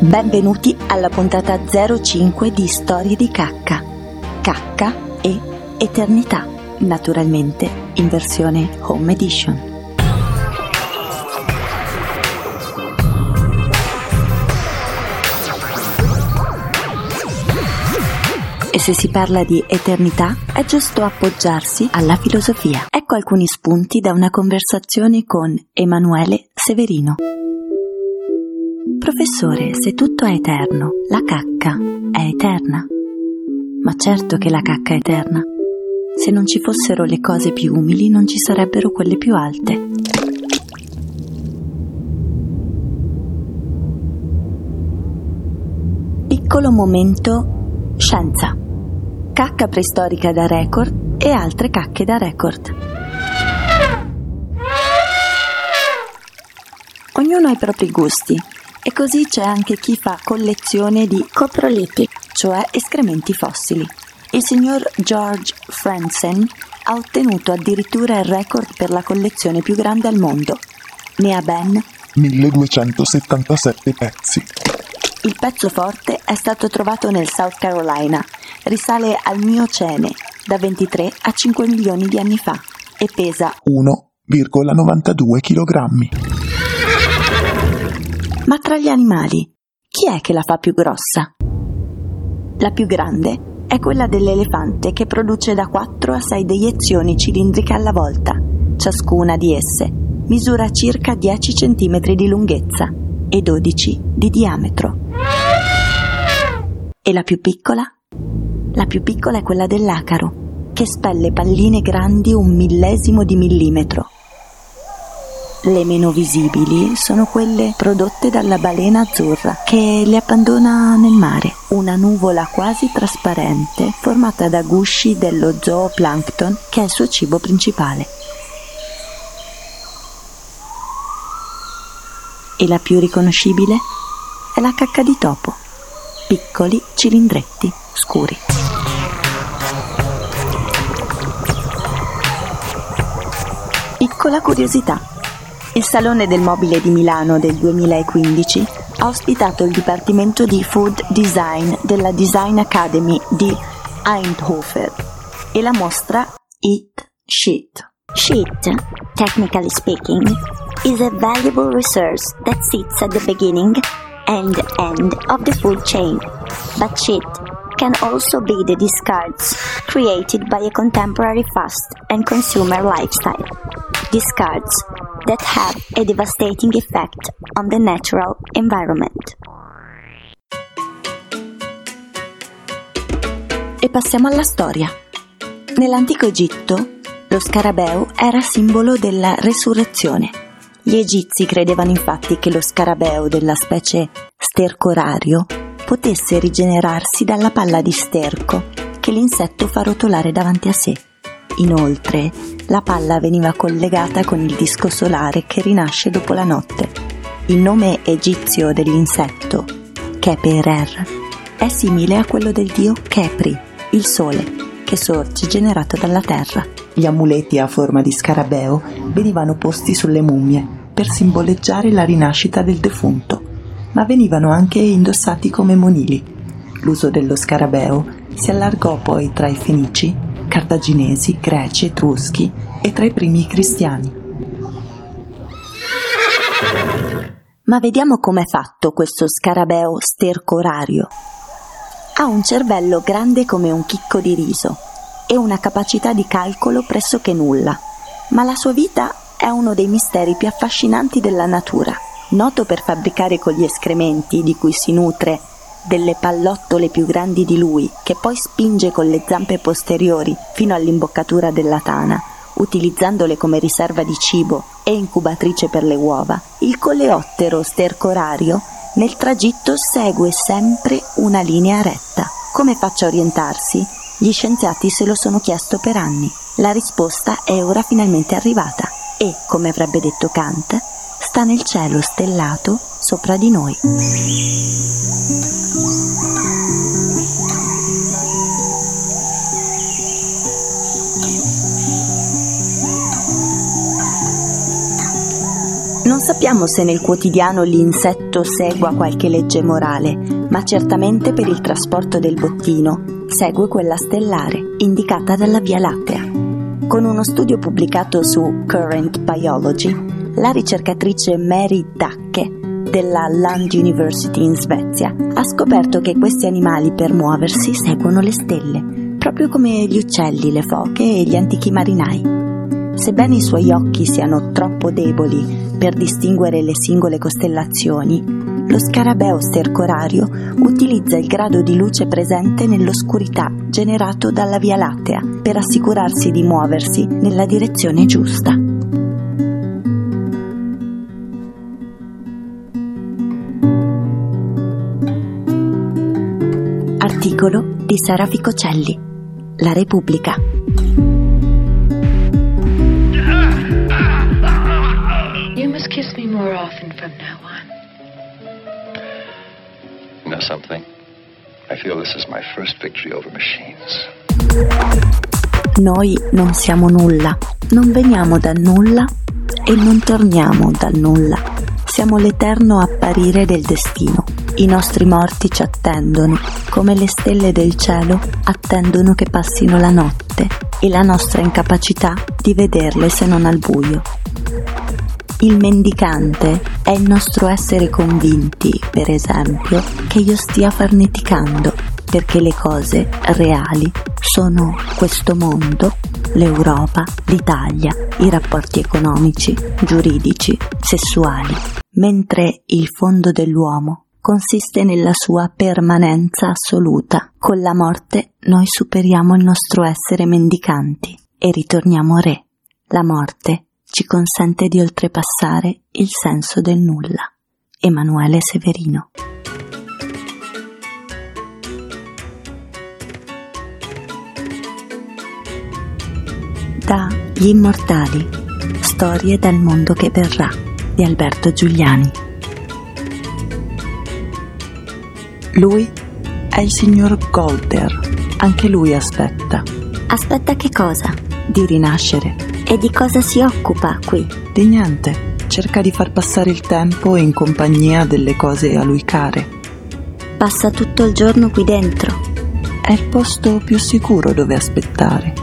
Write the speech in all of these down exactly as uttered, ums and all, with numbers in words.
Benvenuti alla puntata zero cinque di Storie di Cacca. Cacca e Eternità, naturalmente in versione Home Edition. E se si parla di eternità, è giusto appoggiarsi alla filosofia. Ecco alcuni spunti da una conversazione con Emanuele Severino. Professore, se tutto è eterno, la cacca è eterna? Ma certo che la cacca è eterna. Se non ci fossero le cose più umili, non ci sarebbero quelle più alte. Piccolo momento scienza. Cacca preistorica da record e altre cacche da record. Ognuno ha i propri gusti. E così c'è anche chi fa collezione di coproliti, cioè escrementi fossili. Il signor George Franzen ha ottenuto addirittura il record per la collezione più grande al mondo. Ne ha ben milleduecentosettantasette pezzi. Il pezzo forte è stato trovato nel South Carolina, risale al Miocene, da ventitré a cinque milioni di anni fa, e pesa uno virgola novantadue chilogrammi. Ma tra gli animali, chi è che la fa più grossa? La più grande è quella dell'elefante, che produce da quattro a sei deiezioni cilindriche alla volta. Ciascuna di esse misura circa dieci centimetri di lunghezza e dodici di diametro. E la più piccola? La più piccola è quella dell'acaro, che spelle palline grandi un millesimo di millimetro. Le meno visibili sono quelle prodotte dalla balena azzurra, che le abbandona nel mare, una nuvola quasi trasparente formata da gusci dello zooplancton, che è il suo cibo principale. E la più riconoscibile è la cacca di topo, piccoli cilindretti scuri. Piccola curiosità. Il Salone del Mobile di Milano del duemilaquindici ha ospitato il Dipartimento di Food Design della Design Academy di Eindhoven e la mostra Eat Shit. Shit, technically speaking, is a valuable resource that sits at the beginning and end of the food chain, but shit can also be the discards created by a contemporary fast and consumer lifestyle. Discards that have a devastating effect on the natural environment. E passiamo alla storia. Nell'antico Egitto, lo scarabeo era simbolo della resurrezione. Gli egizi credevano infatti che lo scarabeo della specie stercorario potesse rigenerarsi dalla palla di sterco che l'insetto fa rotolare davanti a sé. Inoltre, la palla veniva collegata con il disco solare che rinasce dopo la notte. Il nome egizio dell'insetto, Khepri-er, è simile a quello del dio Khepri, il sole, che sorge generato dalla terra. Gli amuleti a forma di scarabeo venivano posti sulle mummie per simboleggiare la rinascita del defunto, ma venivano anche indossati come monili. L'uso dello scarabeo si allargò poi tra i fenici, cartaginesi, greci, etruschi e tra i primi cristiani. Ma vediamo com'è fatto questo scarabeo stercorario. Ha un cervello grande come un chicco di riso e una capacità di calcolo pressoché nulla, ma la sua vita è uno dei misteri più affascinanti della natura. Noto per fabbricare con gli escrementi di cui si nutre delle pallottole più grandi di lui, che poi spinge con le zampe posteriori fino all'imboccatura della tana, utilizzandole come riserva di cibo e incubatrice per le uova, il coleottero stercorario nel tragitto segue sempre una linea retta. Come faccia a orientarsi? Gli scienziati se lo sono chiesto per anni. La risposta è ora finalmente arrivata e, come avrebbe detto Kant, sta nel cielo stellato sopra di noi. sappiamo se nel quotidiano l'insetto segua qualche legge morale, ma certamente per il trasporto del bottino segue quella stellare, indicata dalla Via Lattea. Con uno studio pubblicato su Current Biology, la ricercatrice Mary Dacke della Lund University in Svezia ha scoperto che questi animali per muoversi seguono le stelle, proprio come gli uccelli, le foche e gli antichi marinai. Sebbene i suoi occhi siano troppo deboli per distinguere le singole costellazioni, lo scarabeo stercorario utilizza il grado di luce presente nell'oscurità generato dalla Via Lattea per assicurarsi di muoversi nella direzione giusta. Articolo di Sara Ficocelli, La Repubblica. You must kiss me more often from now on. You know something? I feel this is my first victory over machines. Noi non siamo nulla, non veniamo dal nulla e non torniamo dal nulla. Siamo l'eterno apparire del destino. I nostri morti ci attendono, come le stelle del cielo attendono che passino la notte e la nostra incapacità di vederle se non al buio. Il mendicante è il nostro essere convinti, per esempio, che io stia farneticando, perché le cose reali sono questo mondo, l'Europa, l'Italia, i rapporti economici, giuridici, sessuali, mentre il fondo dell'uomo consiste nella sua permanenza assoluta. Con la morte noi superiamo il nostro essere mendicanti e ritorniamo re. La morte ci consente di oltrepassare il senso del nulla. Emanuele Severino. Da Gli Immortali, storie dal mondo che verrà, di Alberto Giuliani. Lui è il signor Golder. Anche lui aspetta. Aspetta che cosa? Di rinascere. E di cosa si occupa qui? Di niente. Cerca di far passare il tempo in compagnia delle cose a lui care. Passa tutto il giorno qui dentro. È il posto più sicuro dove aspettare.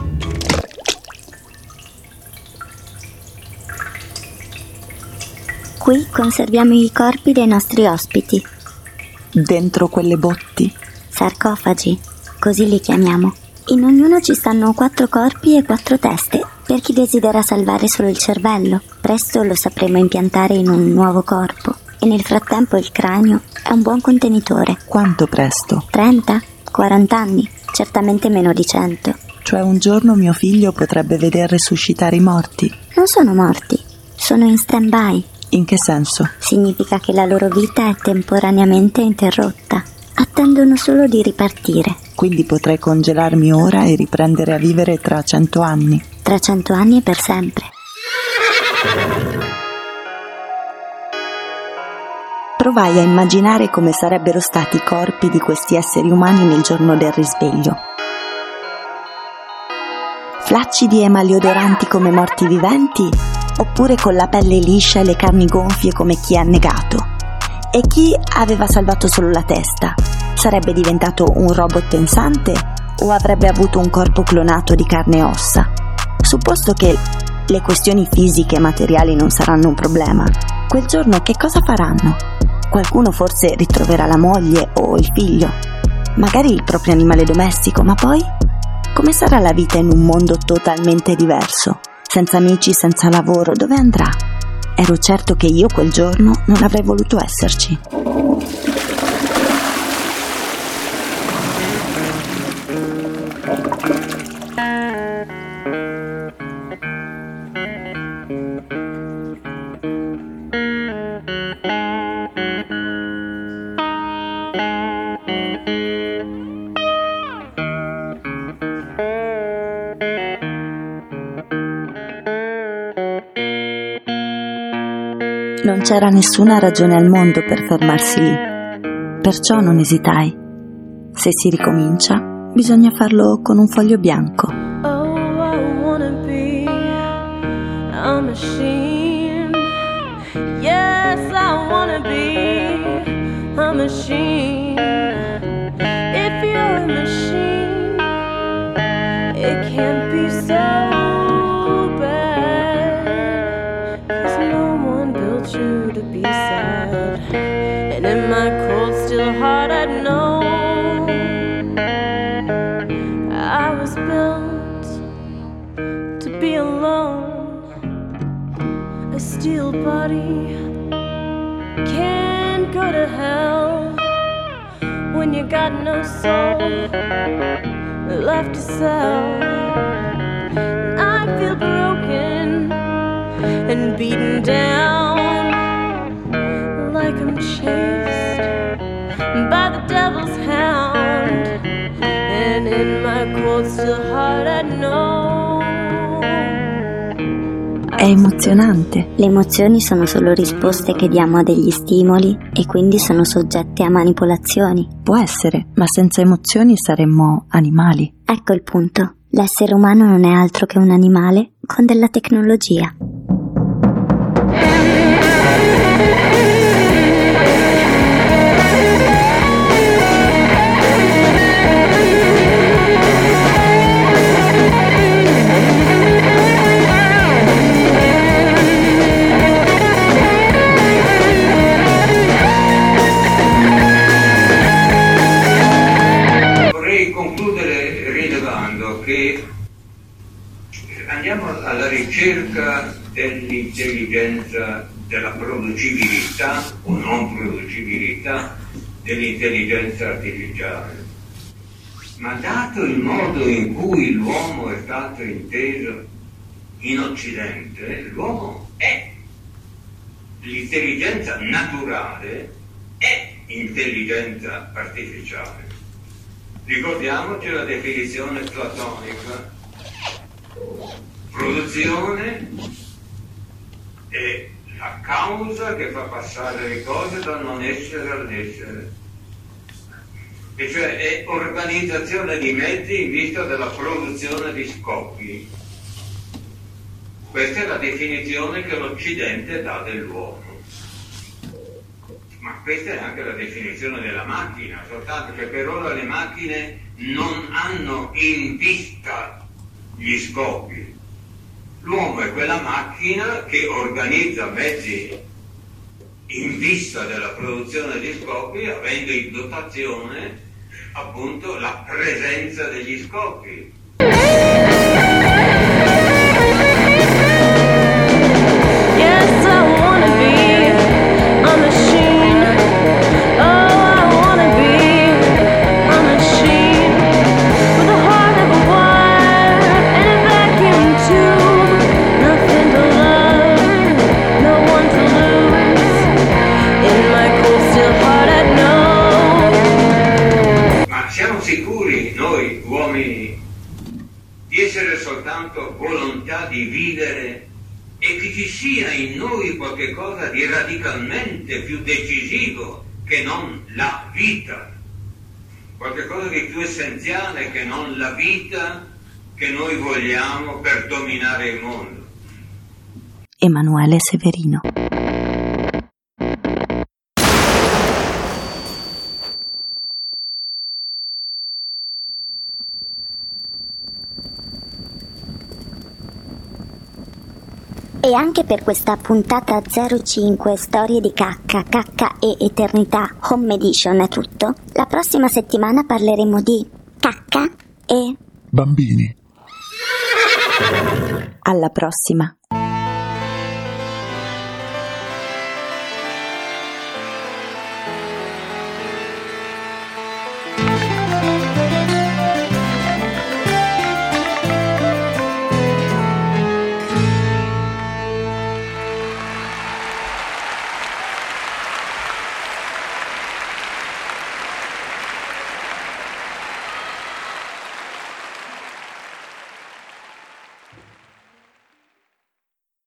Qui conserviamo i corpi dei nostri ospiti. Dentro quelle botti? Sarcofagi, così li chiamiamo. In ognuno ci stanno quattro corpi e quattro teste, per chi desidera salvare solo il cervello. Presto lo sapremo impiantare in un nuovo corpo. E nel frattempo il cranio è un buon contenitore. Quanto presto? trenta? quaranta anni? Certamente meno di cento. Cioè un giorno mio figlio potrebbe veder resuscitare i morti? Non sono morti, sono in stand-by. In che senso? Significa che la loro vita è temporaneamente interrotta. Attendono solo di ripartire. Quindi potrei congelarmi ora e riprendere a vivere tra cento anni. Tra cento anni e per sempre. Provai a immaginare come sarebbero stati i corpi di questi esseri umani nel giorno del risveglio. Flaccidi e maleodoranti come morti viventi, oppure con la pelle liscia e le carni gonfie come chi è annegato? E chi aveva salvato solo la testa? Sarebbe diventato un robot pensante o avrebbe avuto un corpo clonato di carne e ossa? Supposto che le questioni fisiche e materiali non saranno un problema, quel giorno che cosa faranno? Qualcuno forse ritroverà la moglie o il figlio, magari il proprio animale domestico, ma poi? Come sarà la vita in un mondo totalmente diverso? Senza amici, senza lavoro, dove andrà? Ero certo che io quel giorno non avrei voluto esserci. Non c'era nessuna ragione al mondo per fermarsi lì, perciò non esitai. Se si ricomincia, bisogna farlo con un foglio bianco. Oh, I wanna be a machine. Yeah. wanna be a machine. If you're a machine, it can't be so bad, 'cause no one built you to be sad. And in my cold still heart I'd know I was built to be alone. A steel body can't go to hell when you got no soul left to sell. I feel broken and beaten down, like I'm chased by the devil's hound. And in my cold still heart I know. È emozionante. Le emozioni sono solo risposte che diamo a degli stimoli e quindi sono soggette a manipolazioni. Può essere, ma senza emozioni saremmo animali. Ecco il punto. L'essere umano non è altro che un animale con della tecnologia. Andiamo alla ricerca dell'intelligenza, della producibilità o non producibilità dell'intelligenza artificiale. Ma dato il modo in cui l'uomo è stato inteso in Occidente, l'uomo è l'intelligenza naturale, è intelligenza artificiale. Ricordiamoci la definizione platonica. Produzione è la causa che fa passare le cose dal non essere all'essere, e cioè è organizzazione di mezzi in vista della produzione di scopi. Questa è la definizione che l'Occidente dà dell'uomo. Ma questa è anche la definizione della macchina, soltanto che per ora le macchine non hanno in vista gli scopi. L'uomo è quella macchina che organizza mezzi in vista della produzione di scopi, avendo in dotazione appunto la presenza degli scopi. Yes, I wanna be a machine. Oh, I wanna be a machine with the heart of a wire and a vacuum tube. Nothing to love, no one to lose. In my cold still heart I know. Ma siamo sicuri noi uomini di essere soltanto volontà di vivere e che ci sia in noi qualche cosa di radicalmente più decisivo che non la vita, qualche cosa di più essenziale che non la vita che noi vogliamo per dominare il mondo? Emanuele Severino. E anche per questa puntata zero cinque Storie di cacca, cacca e eternità Home Edition è tutto. La prossima settimana parleremo di cacca e bambini. Alla prossima.